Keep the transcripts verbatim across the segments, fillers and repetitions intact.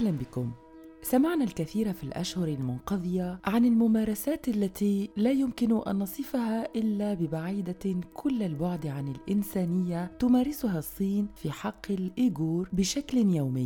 أهلا بكم. سمعنا الكثير في الأشهر المنقضية عن الممارسات التي لا يمكن أن نصفها إلا ببعيدة كل البعد عن الإنسانية تمارسها الصين في حق الإيغور بشكل يومي.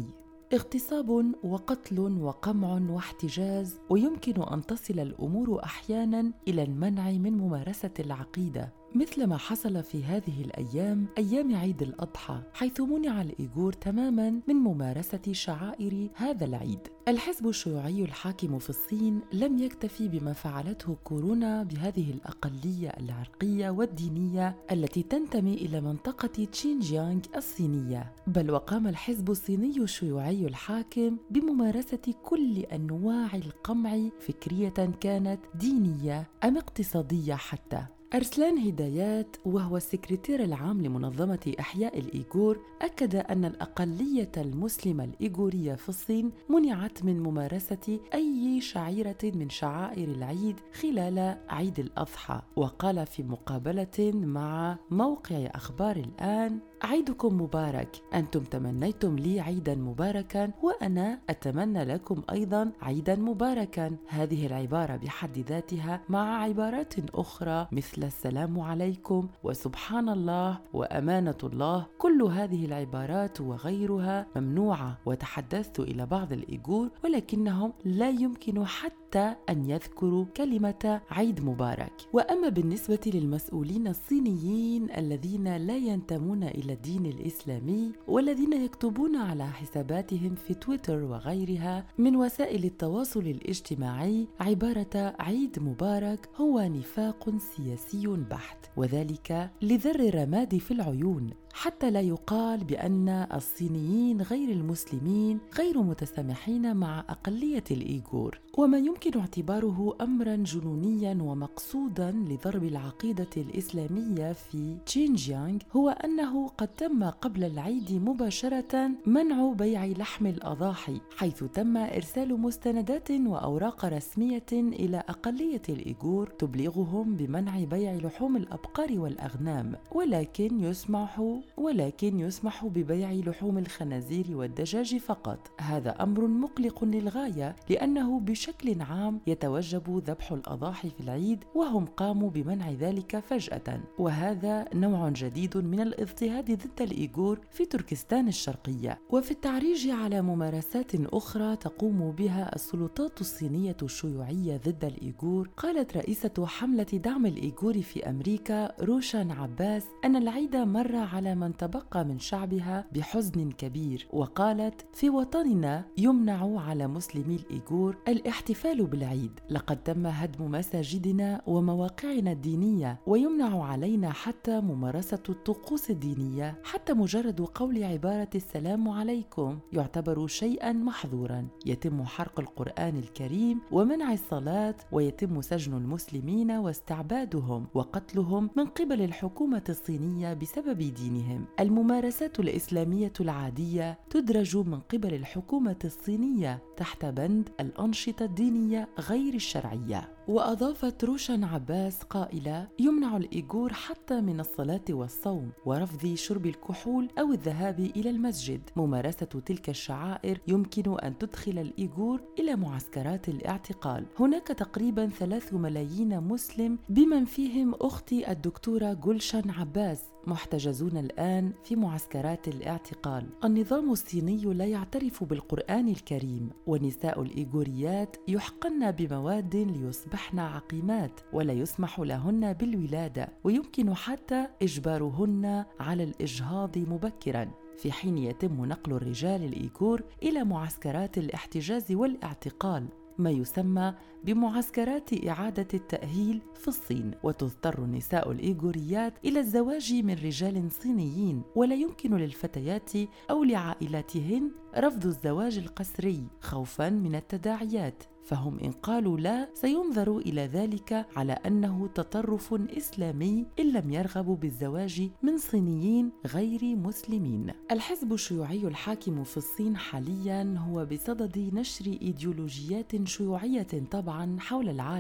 اغتصاب وقتل وقمع واحتجاز، ويمكن أن تصل الأمور أحياناً إلى المنع من ممارسة العقيدة، مثل ما حصل في هذه الأيام أيام عيد الأضحى، حيث منع الإيغور تماماً من ممارسة شعائر هذا العيد. الحزب الشيوعي الحاكم في الصين لم يكتفي بما فعلته كورونا بهذه الأقلية العرقية والدينية التي تنتمي إلى منطقة تشينجيانغ الصينية، بل وقام الحزب الصيني الشيوعي الحاكم بممارسة كل أنواع القمع، فكرية كانت، دينية أم اقتصادية حتى. أرسلان هدايات، وهو السكرتير العام لمنظمة إحياء الإيغور، أكد أن الأقلية المسلمة الإيغورية في الصين منعت من ممارسة أي شعيرة من شعائر العيد خلال عيد الأضحى. وقال في مقابلة مع موقع أخبار الآن: عيدكم مبارك، أنتم تمنيتم لي عيداً مباركاً وأنا أتمنى لكم أيضاً عيداً مباركاً. هذه العبارة بحد ذاتها مع عبارات أخرى مثل السلام عليكم وسبحان الله وأمانة الله، كل هذه العبارات وغيرها ممنوعة. وتحدثت إلى بعض الإيغور ولكنهم لا يمكن حتى أن يذكروا كلمة عيد مبارك. وأما بالنسبة للمسؤولين الصينيين الذين لا ينتمون إلى الدين الإسلامي والذين يكتبون على حساباتهم في تويتر وغيرها من وسائل التواصل الاجتماعي عبارة عيد مبارك، هو نفاق سياسي بحت، وذلك لذر الرماد في العيون، حتى لا يقال بأن الصينيين غير المسلمين غير متسامحين مع أقلية الإيغور. وما يمكن اعتباره أمراً جنونياً ومقصوداً لضرب العقيدة الإسلامية في تشينجيانغ هو أنه قد تم قبل العيد مباشرة منع بيع لحم الأضاحي، حيث تم إرسال مستندات وأوراق رسمية إلى أقلية الإيغور تبلغهم بمنع بيع لحوم الأبقار والأغنام، ولكن يسمح ولكن يسمح ببيع لحوم الخنازير والدجاج فقط. هذا أمر مقلق للغاية، لأنه بشكل عام يتوجب ذبح الأضاحي في العيد، وهم قاموا بمنع ذلك فجأة. وهذا نوع جديد من الاضطهاد ضد الإيغور في تركستان الشرقية. وفي التعريج على ممارسات أخرى تقوم بها السلطات الصينية الشيوعية ضد الإيغور، قالت رئيسة حملة دعم الإيغور في أمريكا روشان عباس أن العيد مر على من تبقى من شعبها بحزن كبير، وقالت: في وطننا يمنع على مسلمي الإيغور الاحتفال بالعيد، لقد تم هدم مساجدنا ومواقعنا الدينية، ويمنع علينا حتى ممارسة الطقوس الدينية. حتى مجرد قول عبارة السلام عليكم يعتبر شيئا محظورا، يتم حرق القرآن الكريم ومنع الصلاة، ويتم سجن المسلمين واستعبادهم وقتلهم من قبل الحكومة الصينية بسبب دينهم. الممارسات الإسلامية العادية تدرج من قبل الحكومة الصينية تحت بند الأنشطة الدينية غير الشرعية. وأضافت روشان عباس قائلة: يمنع الإيغور حتى من الصلاة والصوم ورفض شرب الكحول أو الذهاب إلى المسجد. ممارسة تلك الشعائر يمكن أن تدخل الإيغور إلى معسكرات الاعتقال. هناك تقريبا ثلاث ملايين مسلم بمن فيهم أختي الدكتورة جولشان عباس محتجزون الآن في معسكرات الاعتقال. النظام الصيني لا يعترف بالقرآن الكريم، ونساء الإيغوريات يحقن بمواد ليصبحن عقيمات، ولا يسمح لهن بالولادة، ويمكن حتى إجبارهن على الإجهاض مبكراً، في حين يتم نقل الرجال الإيغور إلى معسكرات الاحتجاز والاعتقال، ما يسمى بمعسكرات إعادة التأهيل في الصين. وتضطر النساء الإيغوريات إلى الزواج من رجال صينيين، ولا يمكن للفتيات أو لعائلاتهن رفض الزواج القسري خوفاً من التداعيات، فهم إن قالوا لا سينظر إلى ذلك على أنه تطرف إسلامي إن لم يرغبوا بالزواج من صينيين غير مسلمين. الحزب الشيوعي الحاكم في الصين حالياً هو بصدد نشر إيديولوجيات شيوعية طبعاً حول العالم،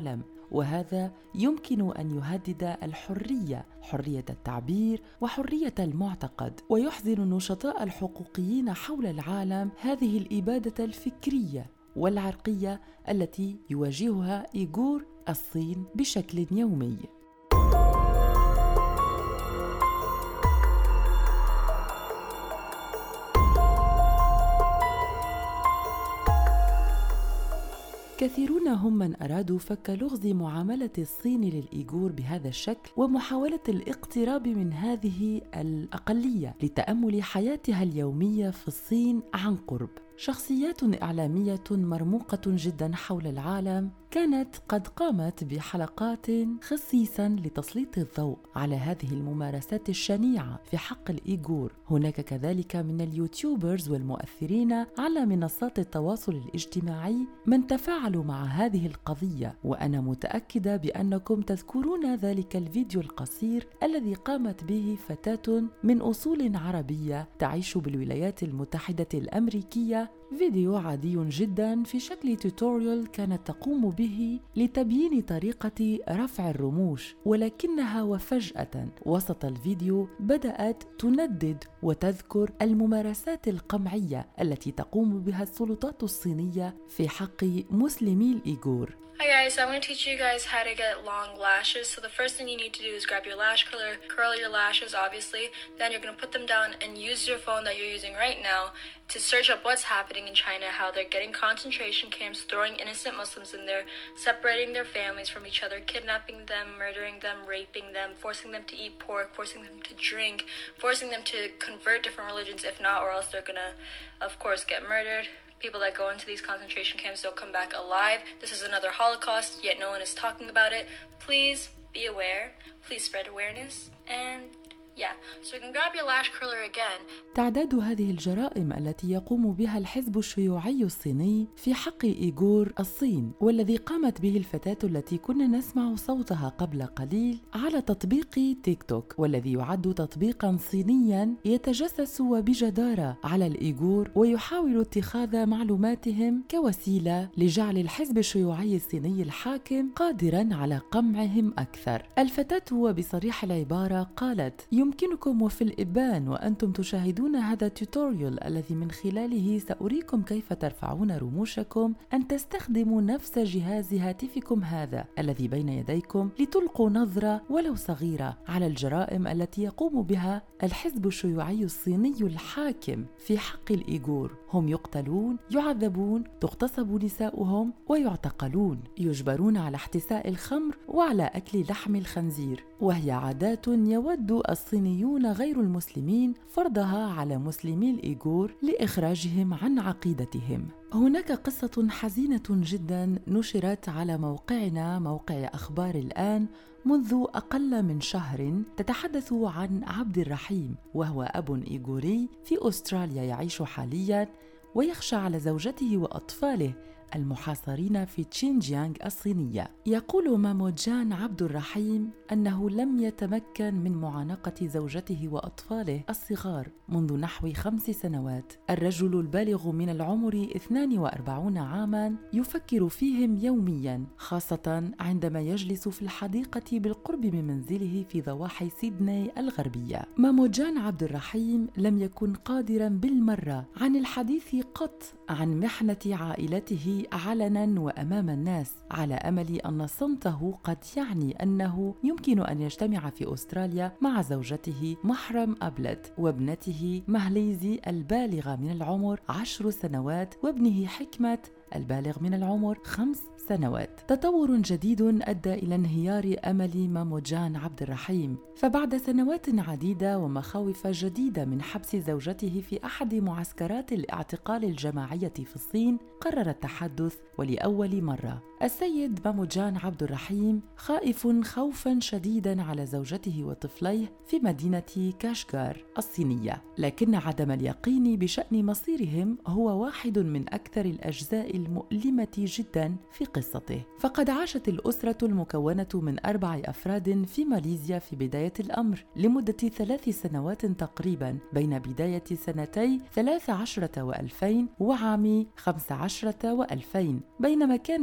وهذا يمكن أن يهدد الحرية، حرية التعبير وحرية المعتقد. ويحزن النشطاء الحقوقيين حول العالم هذه الإبادة الفكرية والعرقية التي يواجهها إيغور الصين بشكل يومي. كثيرون هم من أرادوا فك لغز معاملة الصين للإيغور بهذا الشكل ومحاولة الاقتراب من هذه الأقلية لتأمل حياتها اليومية في الصين عن قرب. شخصيات إعلامية مرموقة جدا حول العالم كانت قد قامت بحلقات خصيصا لتسليط الضوء على هذه الممارسات الشنيعة في حق الإيغور. هناك كذلك من اليوتيوبرز والمؤثرين على منصات التواصل الاجتماعي من تفاعلوا مع هذه القضية، وأنا متأكدة بأنكم تذكرون ذلك الفيديو القصير الذي قامت به فتاة من أصول عربية تعيش بالولايات المتحدة الأمريكية. فيديو عادي جدا في شكل توتوريال كانت تقوم به لتبيين طريقة رفع الرموش، ولكنها وفجأة وسط الفيديو بدأت تندد وتذكر الممارسات القمعية التي تقوم بها السلطات الصينية في حق مسلمي الإيغور. Hi guys, I'm going to teach you guys how to get long lashes. So the first thing you need to do is grab your lash curler, curl your lashes obviously, then you're going to put them down and use your phone that you're using right now to search up what's happening in China, how they're getting concentration camps, throwing innocent Muslims in there, separating their families from each other, kidnapping them, murdering them, raping them, forcing them to eat pork, forcing them to drink, forcing them to convert different religions if not, or else they're going to, of course, get murdered. People that go into these concentration camps don't come back alive. This is another Holocaust, yet no one is talking about it. Please be aware. Please spread awareness. And yeah, so you can grab your lash curler again. تعداد هذه الجرائم التي يقوم بها الحزب الشيوعي الصيني في حق إيغور الصين، والذي قامت به الفتاة التي كنا نسمع صوتها قبل قليل على تطبيق تيك توك، والذي يعد تطبيقا صينيا يتجسس وبجدارة على الإيغور ويحاول اتخاذ معلوماتهم كوسيلة لجعل الحزب الشيوعي الصيني الحاكم قادرا على قمعهم أكثر. الفتاة وبصريح العبارة قالت: يمكنكم وفي الإبان وأنتم تشاهدون هذا التوتوريال الذي من خلاله سأريكم كيف ترفعون رموشكم أن تستخدموا نفس جهاز هاتفكم هذا الذي بين يديكم لتلقوا نظرة ولو صغيرة على الجرائم التي يقوم بها الحزب الشيوعي الصيني الحاكم في حق الإيغور. هم يقتلون، يعذبون، تغتصب نساؤهم ويعتقلون، يجبرون على احتساء الخمر وعلى أكل لحم الخنزير، وهي عادات يود الصينيون غير المسلمين فرضها على مسلمي الإيغور لإخراجهم عن عقيدتهم. هناك قصة حزينة جدا نشرت على موقعنا، موقع أخبار الآن، منذ أقل من شهر، تتحدث عن عبد الرحيم، وهو أب إيغوري في أستراليا يعيش حاليا ويخشى على زوجته وأطفاله المحاصرين في تشينجيانغ الصينية. يقول ماموجان عبد الرحيم أنه لم يتمكن من معانقة زوجته وأطفاله الصغار منذ نحو خمس سنوات. الرجل البالغ من العمر اثنين وأربعين عاما يفكر فيهم يوميا، خاصة عندما يجلس في الحديقة بالقرب من منزله في ضواحي سيدني الغربية. ماموجان عبد الرحيم لم يكن قادرا بالمرة عن الحديث قط عن محنة عائلته علنا وأمام الناس، على أمل أن صمته قد يعني أنه يمكن أن يجتمع في أستراليا مع زوجته محرم أبلت وابنته مهليزي البالغة من العمر عشر سنوات وابنه حكمة البالغ من العمر خمس سنوات. تطور جديد أدى إلى انهيار أمل ماموجان عبد الرحيم، فبعد سنوات عديدة ومخاوف جديدة من حبس زوجته في أحد معسكرات الاعتقال الجماعية في الصين، قرر التحدث ولأول مرة. السيد ماموجان عبد الرحيم خائف خوفا شديدا على زوجته وطفليه في مدينة كاشغار الصينية، لكن عدم اليقين بشأن مصيرهم هو واحد من أكثر الأجزاء المؤلمة جدا في قصته. فقد عاشت الأسرة المكونة من أربع أفراد في ماليزيا في بداية الأمر لمدة ثلاث سنوات تقريبا، بين بداية سنتي ثلاث عشرة وألفين وعام خمس عشرة وألفين، بينما كان السيد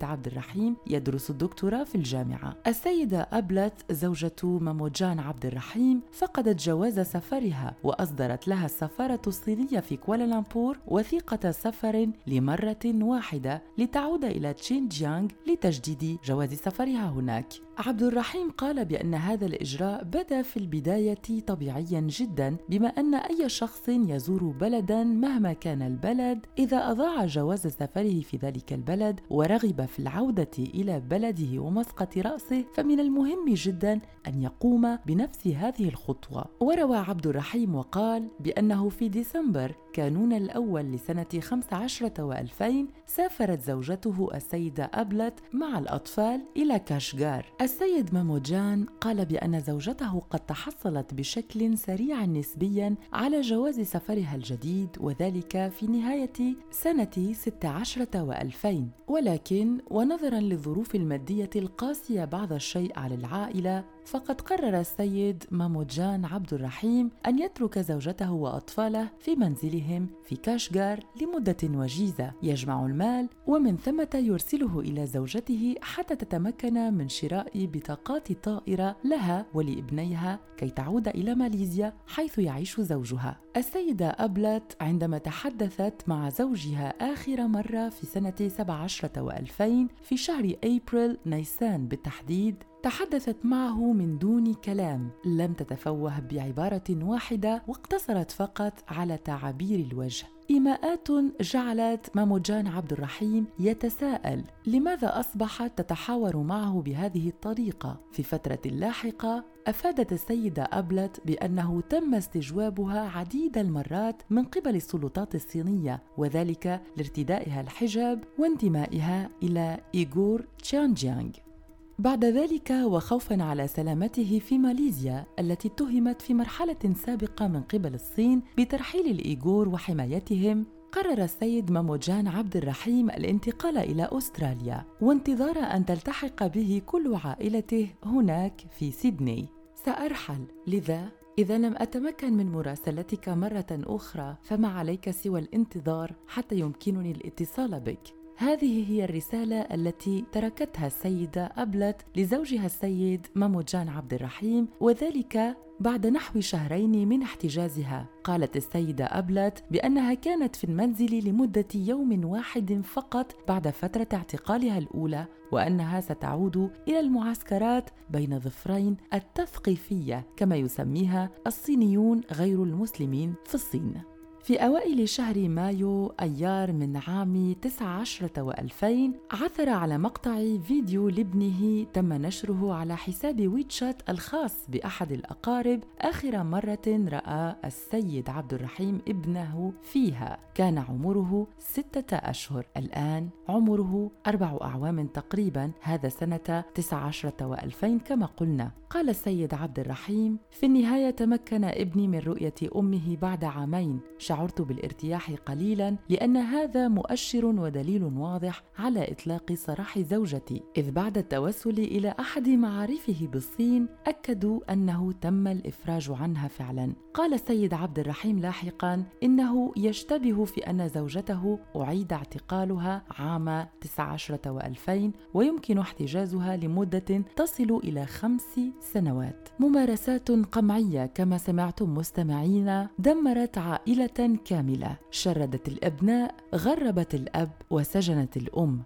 السيد عبد الرحيم يدرس الدكتوراه في الجامعة. السيدة أبلت زوجة ماموجان عبد الرحيم فقدت جواز سفرها، وأصدرت لها السفارة الصينية في كوالالمبور وثيقة سفر لمرة واحدة لتعود إلى تشينجيانغ لتجديد جواز سفرها هناك. عبد الرحيم قال بأن هذا الإجراء بدا في البداية طبيعيا جدا، بما أن أي شخص يزور بلدا مهما كان البلد إذا أضاع جواز سفره في ذلك البلد ورغب في العودة إلى بلده ومسقط رأسه فمن المهم جدا أن يقوم بنفس هذه الخطوة. وروى عبد الرحيم وقال بأنه في ديسمبر كانون الأول لسنة خمس عشرة وألفين سافرت زوجته السيدة أبلت مع الأطفال إلى كاشغار. السيد ماموجان قال بأن زوجته قد تحصلت بشكل سريع نسبيا على جواز سفرها الجديد، وذلك في نهاية سنة ستة عشرة وألفين، ولكن ونظرا للظروف المادية القاسية بعض الشيء على العائلة فقد قرر السيد ماموجان عبد الرحيم أن يترك زوجته وأطفاله في منزلهم في كاشغار لمدة وجيزة يجمع المال، ومن ثم يرسله إلى زوجته حتى تتمكن من شراء بطاقات طائرة لها ولابنيها كي تعود إلى ماليزيا حيث يعيش زوجها. السيدة أبلت عندما تحدثت مع زوجها آخر مرة في سنة سبع عشرة وألفين في شهر أبريل نيسان بالتحديد، تحدثت معه من دون كلام، لم تتفوه بعبارة واحدة واقتصرت فقط على تعابير الوجه. إيماءات جعلت ماموجان عبد الرحيم يتساءل لماذا أصبحت تتحاور معه بهذه الطريقة. في فترة لاحقة أفادت السيدة أبلت بأنه تم استجوابها عديد المرات من قبل السلطات الصينية، وذلك لارتدائها الحجاب وانتمائها إلى إيغور تشيانجيانغ. بعد ذلك وخوفاً على سلامته في ماليزيا التي اتهمت في مرحلة سابقة من قبل الصين بترحيل الإيغور وحمايتهم، قرر السيد ماموجان عبد الرحيم الانتقال إلى أستراليا وانتظار أن تلتحق به كل عائلته هناك في سيدني. سأرحل، لذا إذا لم أتمكن من مراسلتك مرة أخرى فما عليك سوى الانتظار حتى يمكنني الاتصال بك. هذه هي الرسالة التي تركتها السيدة أبلت لزوجها السيد ماموجان عبد الرحيم، وذلك بعد نحو شهرين من احتجازها. قالت السيدة أبلت بأنها كانت في المنزل لمدة يوم واحد فقط بعد فترة اعتقالها الأولى، وأنها ستعود إلى المعسكرات بين ظفرين التثقيفية كما يسميها الصينيون غير المسلمين في الصين. في أوائل شهر مايو أيار من عام تسعة عشرة وألفين عثر على مقطع فيديو لابنه تم نشره على حساب ويتشات الخاص بأحد الأقارب آخر مرة رأى السيد عبد الرحيم ابنه فيها. كان عمره ستة أشهر، الآن عمره أربع أعوام تقريبا، هذا سنة تسعة عشرة وألفين كما قلنا. قال السيد عبد الرحيم: في النهاية تمكن ابني من رؤية أمه بعد عامين، شعرت بالارتياح قليلا لأن هذا مؤشر ودليل واضح على إطلاق سراح زوجتي، إذ بعد التوسل إلى أحد معارفه بالصين أكدوا أنه تم الإفراج عنها فعلا. قال السيد عبد الرحيم لاحقا إنه يشتبه في أن زوجته أعيد اعتقالها عام تسعة عشرة وألفين ويمكن احتجازها لمدة تصل إلى خمس سنوات. ممارسات قمعية كما سمعتم مستمعين دمرت عائلة كاملة، شردت الأبناء، غربت الأب، وسجنت الأم.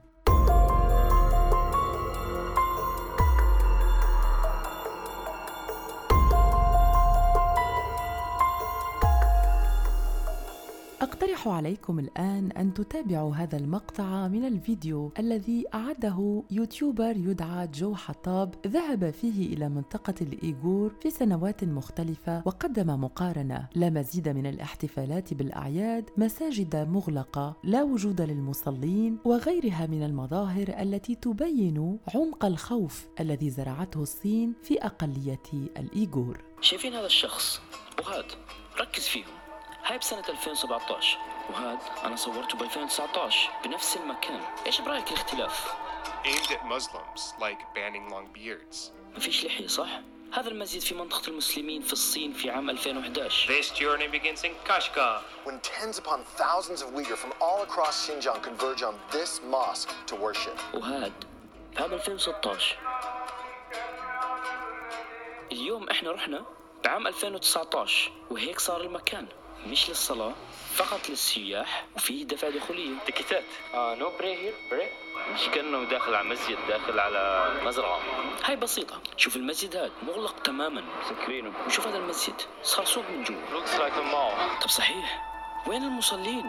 أقترح عليكم الآن أن تتابعوا هذا المقطع من الفيديو الذي أعده يوتيوبر يدعى جو حطاب، ذهب فيه إلى منطقة الإيغور في سنوات مختلفة وقدم مقارنة: لا مزيد من الاحتفالات بالأعياد، مساجد مغلقة، لا وجود للمصلين، وغيرها من المظاهر التي تبين عمق الخوف الذي زرعته الصين في أقلية الإيغور. شايفين هذا الشخص وهذا، ركز فيهم. هاي بسنة ألفين وسبعة عشر وهذا أنا صورته ب ألفين وتسعة عشر بنفس المكان. إيش برأيك الاختلاف؟ Aimed at Muslims, like banning long beards. ما فيش لحية صح؟ هذا المسجد في منطقة المسلمين في الصين في عام ألفين وإحدى عشر. This journey begins in Kashgar, when tens upon thousands of Uyghurs from all across Xinjiang converge on this mosque to worship. وهذا عام ألفين وستة عشر. اليوم احنا رحنا بعام ألفين وتسعة عشر وهيك صار المكان مش للصلاة فقط للسياح وفيه دفع دخولية. تيكيتات. آه نو بري هير بري. مش كأنه داخل على مسجد، داخل على مزرعة. هاي بسيطة. شوف المسجد هذا مغلق تماما مسكرينه، وشوف هذا المسجد صار سوق من جوا. Looks like a mall. طب صحيح وين المصلين؟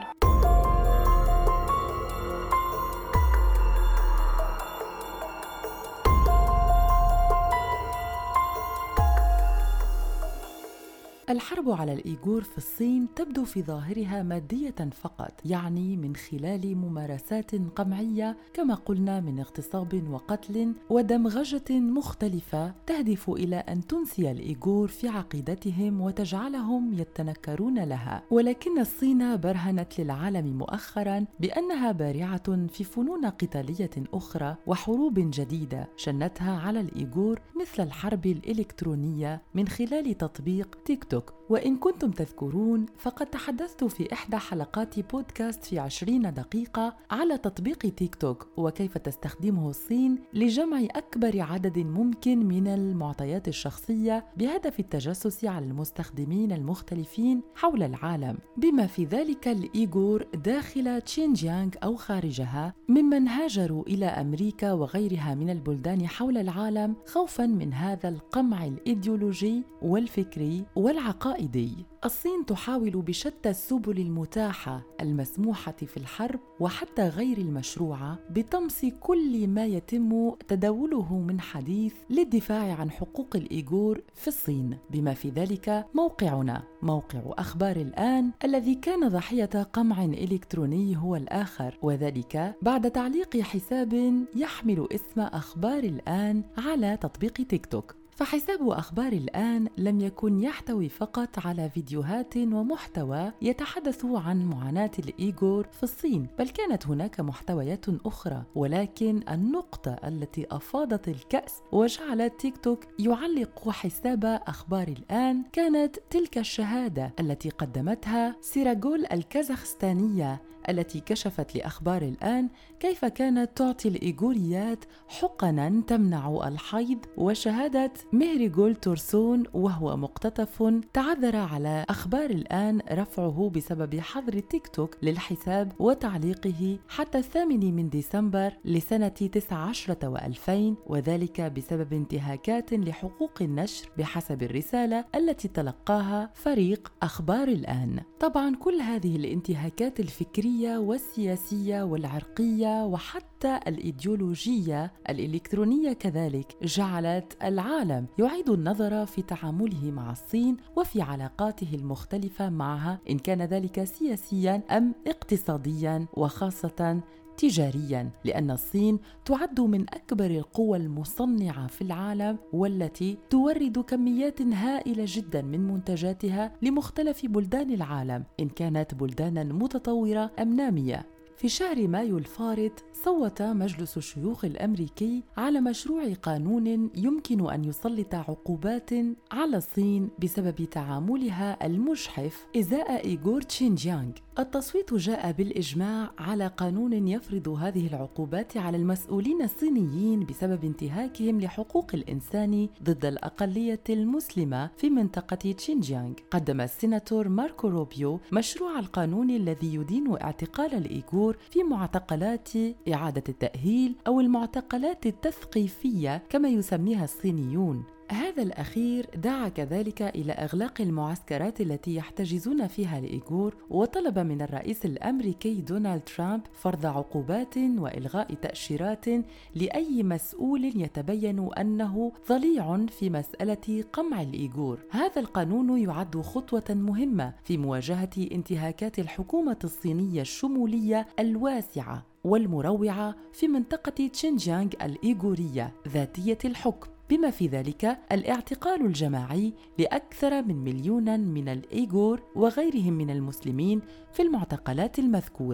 الحرب على الإيغور في الصين تبدو في ظاهرها مادية فقط، يعني من خلال ممارسات قمعية كما قلنا من اغتصاب وقتل ودمغجة مختلفة تهدف إلى أن تنسي الإيغور في عقيدتهم وتجعلهم يتنكرون لها. ولكن الصين برهنت للعالم مؤخراً بأنها بارعة في فنون قتالية أخرى وحروب جديدة شنتها على الإيغور مثل الحرب الإلكترونية من خلال تطبيق تيك توك. وإن كنتم تذكرون فقد تحدثت في إحدى حلقات بودكاست في عشرين دقيقة على تطبيق تيك توك وكيف تستخدمه الصين لجمع أكبر عدد ممكن من المعطيات الشخصية بهدف التجسس على المستخدمين المختلفين حول العالم، بما في ذلك الإيغور داخل تشينجيانغ أو خارجها، ممن هاجروا إلى أمريكا وغيرها من البلدان حول العالم خوفاً من هذا القمع الإيديولوجي والفكري والعقائدي. الصين تحاول بشتى السبل المتاحة المسموحة في الحرب وحتى غير المشروعة بطمس كل ما يتم تداوله من حديث للدفاع عن حقوق الإيغور في الصين، بما في ذلك موقعنا موقع أخبار الآن الذي كان ضحية قمع إلكتروني هو الآخر، وذلك بعد تعليق حساب يحمل اسم أخبار الآن على تطبيق تيك توك. فحساب أخبار الآن لم يكن يحتوي فقط على فيديوهات ومحتوى يتحدث عن معاناة الإيغور في الصين، بل كانت هناك محتويات أخرى، ولكن النقطة التي أفاضت الكأس وجعلت تيك توك يعلق حساب أخبار الآن كانت تلك الشهادة التي قدمتها سيراغول الكازاخستانية التي كشفت لأخبار الآن كيف كانت تعطي الإيغوريات حقناً تمنع الحيض، وشهادة مهريغول تورسون وهو مقتطف تعذر على أخبار الآن رفعه بسبب حظر تيك توك للحساب وتعليقه حتى الثامن من ديسمبر لسنة تسعة عشر وألفين، وذلك بسبب انتهاكات لحقوق النشر بحسب الرسالة التي تلقاها فريق أخبار الآن. طبعاً كل هذه الانتهاكات الفكرية والسياسية والعرقية وحتى الإيديولوجية الإلكترونية كذلك جعلت العالم يعيد النظر في تعامله مع الصين وفي علاقاته المختلفة معها، إن كان ذلك سياسياً أم اقتصادياً وخاصة تجارياً، لأن الصين تعد من أكبر القوى المصنعة في العالم والتي تورد كميات هائلة جداً من منتجاتها لمختلف بلدان العالم، إن كانت بلداناً متطورة أم نامية. في شهر مايو الفارط صوت مجلس الشيوخ الأمريكي على مشروع قانون يمكن أن يسلط عقوبات على الصين بسبب تعاملها المجحف إزاء إيغور تشينجيانغ. التصويت جاء بالإجماع على قانون يفرض هذه العقوبات على المسؤولين الصينيين بسبب انتهاكهم لحقوق الإنسان ضد الأقلية المسلمة في منطقة تشينجيانغ. قدم السيناتور ماركو روبيو مشروع القانون الذي يدين اعتقال الإيغور في معتقلات إعادة التأهيل أو المعتقلات التثقيفية كما يسميها الصينيون. هذا الأخير دعا كذلك إلى إغلاق المعسكرات التي يحتجزون فيها الإيغور، وطلب من الرئيس الأمريكي دونالد ترامب فرض عقوبات وإلغاء تأشيرات لأي مسؤول يتبين أنه ضليع في مسألة قمع الإيغور. هذا القانون يعد خطوة مهمة في مواجهة انتهاكات الحكومة الصينية الشمولية الواسعة والمروعة في منطقة تشينجيانغ الإيغورية ذاتية الحكم، بما في ذلك الاعتقال الجماعي لأكثر من مليون من الإيغور وغيرهم من المسلمين في المعتقلات المذكورة.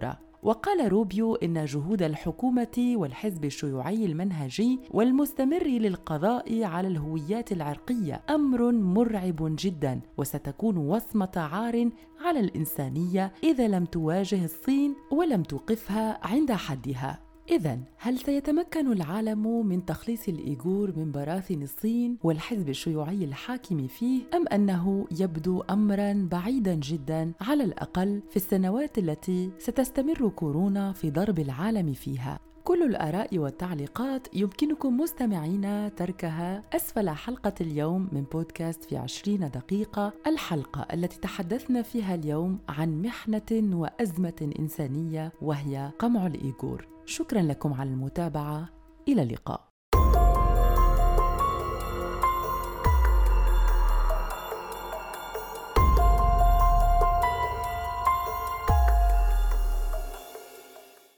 وقال روبيو إن جهود الحكومة والحزب الشيوعي المنهجي والمستمر للقضاء على الهويات العرقية أمر مرعب جدا، وستكون وصمة عار على الإنسانية إذا لم تواجه الصين ولم توقفها عند حدها. إذن هل سيتمكن العالم من تخليص الإيغور من براثن الصين والحزب الشيوعي الحاكم فيه، أم أنه يبدو أمراً بعيداً جداً على الأقل في السنوات التي ستستمر كورونا في ضرب العالم فيها؟ كل الآراء والتعليقات يمكنكم مستمعين تركها أسفل حلقة اليوم من بودكاست في عشرين دقيقة، الحلقة التي تحدثنا فيها اليوم عن محنة وأزمة إنسانية وهي قمع الإيغور. شكراً لكم على المتابعة، إلى اللقاء.